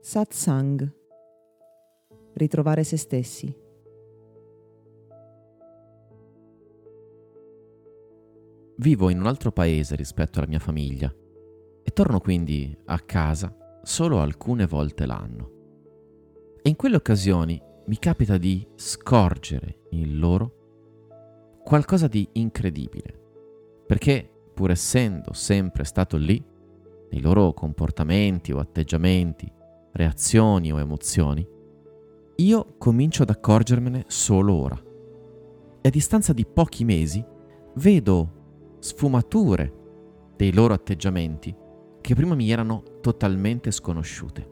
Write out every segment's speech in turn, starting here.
Satsang. Ritrovare se stessi. Vivo in un altro paese rispetto alla mia famiglia e torno quindi a casa solo alcune volte l'anno. E in quelle occasioni mi capita di scorgere in loro qualcosa di incredibile, perché pur essendo sempre stato lì, nei loro comportamenti o atteggiamenti, reazioni o emozioni, io comincio ad accorgermene solo ora. E a distanza di pochi mesi vedo sfumature dei loro atteggiamenti che prima mi erano totalmente sconosciute.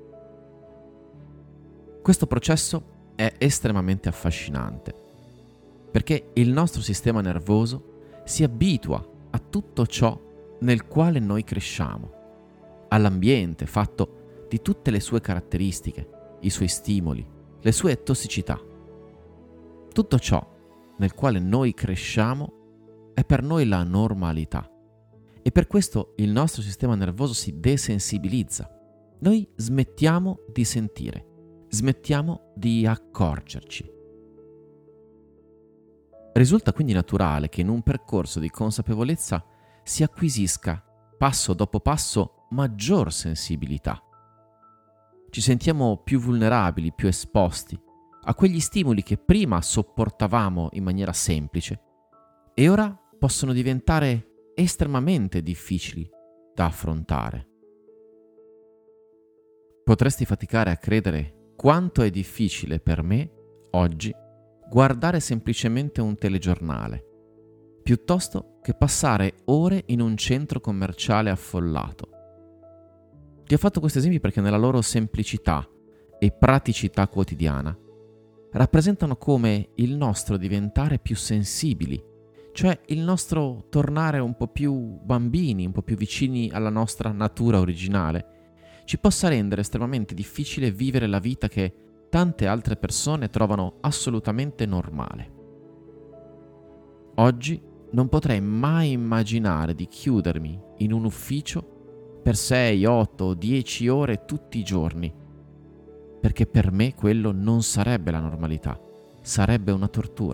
Questo processo è estremamente affascinante perché il nostro sistema nervoso si abitua a tutto ciò nel quale noi cresciamo, all'ambiente fatto di tutte le sue caratteristiche, i suoi stimoli, le sue tossicità. Tutto ciò nel quale noi cresciamo è per noi la normalità e per questo il nostro sistema nervoso si desensibilizza. Noi smettiamo di sentire, smettiamo di accorgerci. Risulta quindi naturale che in un percorso di consapevolezza si acquisisca passo dopo passo maggior sensibilità. Ci sentiamo più vulnerabili, più esposti a quegli stimoli che prima sopportavamo in maniera semplice e ora possono diventare estremamente difficili da affrontare. Potresti faticare a credere quanto è difficile per me oggi guardare semplicemente un telegiornale, piuttosto che passare ore in un centro commerciale affollato. Ti ho fatto questi esempi perché nella loro semplicità e praticità quotidiana rappresentano come il nostro diventare più sensibili, cioè il nostro tornare un po' più bambini, un po' più vicini alla nostra natura originale, ci possa rendere estremamente difficile vivere la vita che tante altre persone trovano assolutamente normale. Oggi non potrei mai immaginare di chiudermi in un ufficio per 6, 8 o 10 ore tutti i giorni, perché per me quello non sarebbe la normalità, sarebbe una tortura.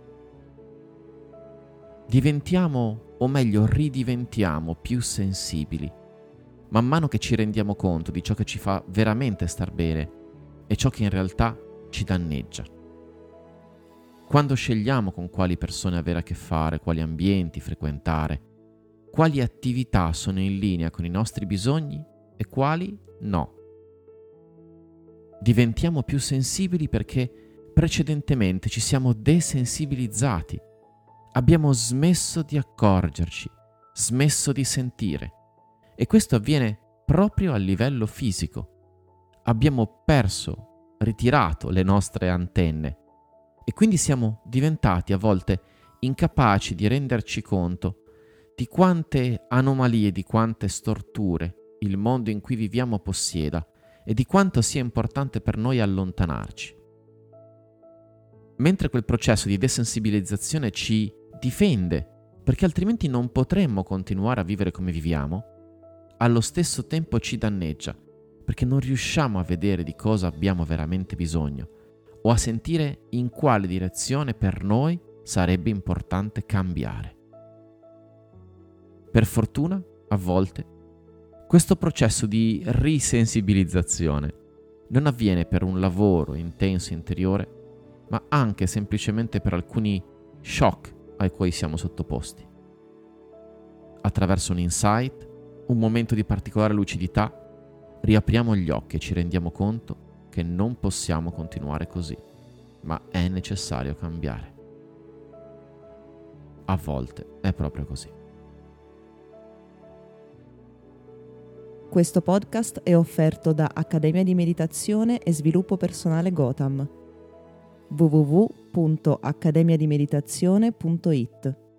Diventiamo, o meglio ridiventiamo, più sensibili, man mano che ci rendiamo conto di ciò che ci fa veramente star bene e ciò che in realtà ci danneggia. Quando scegliamo con quali persone avere a che fare, quali ambienti frequentare, quali attività sono in linea con i nostri bisogni e quali no. Diventiamo più sensibili perché precedentemente ci siamo desensibilizzati. Abbiamo smesso di accorgerci, smesso di sentire. E questo avviene proprio a livello fisico. Abbiamo perso, ritirato le nostre antenne e quindi siamo diventati a volte incapaci di renderci conto di quante anomalie, di quante storture il mondo in cui viviamo possieda e di quanto sia importante per noi allontanarci. Mentre quel processo di desensibilizzazione ci difende, perché altrimenti non potremmo continuare a vivere come viviamo, allo stesso tempo ci danneggia, perché non riusciamo a vedere di cosa abbiamo veramente bisogno o a sentire in quale direzione per noi sarebbe importante cambiare. Per fortuna, a volte, questo processo di risensibilizzazione non avviene per un lavoro intenso interiore, ma anche semplicemente per alcuni shock ai quali siamo sottoposti. Attraverso un insight, un momento di particolare lucidità, riapriamo gli occhi e ci rendiamo conto che non possiamo continuare così, ma è necessario cambiare. A volte è proprio così. Questo podcast è offerto da Accademia di Meditazione e Sviluppo Personale Gotham. www.accademiadimeditazione.it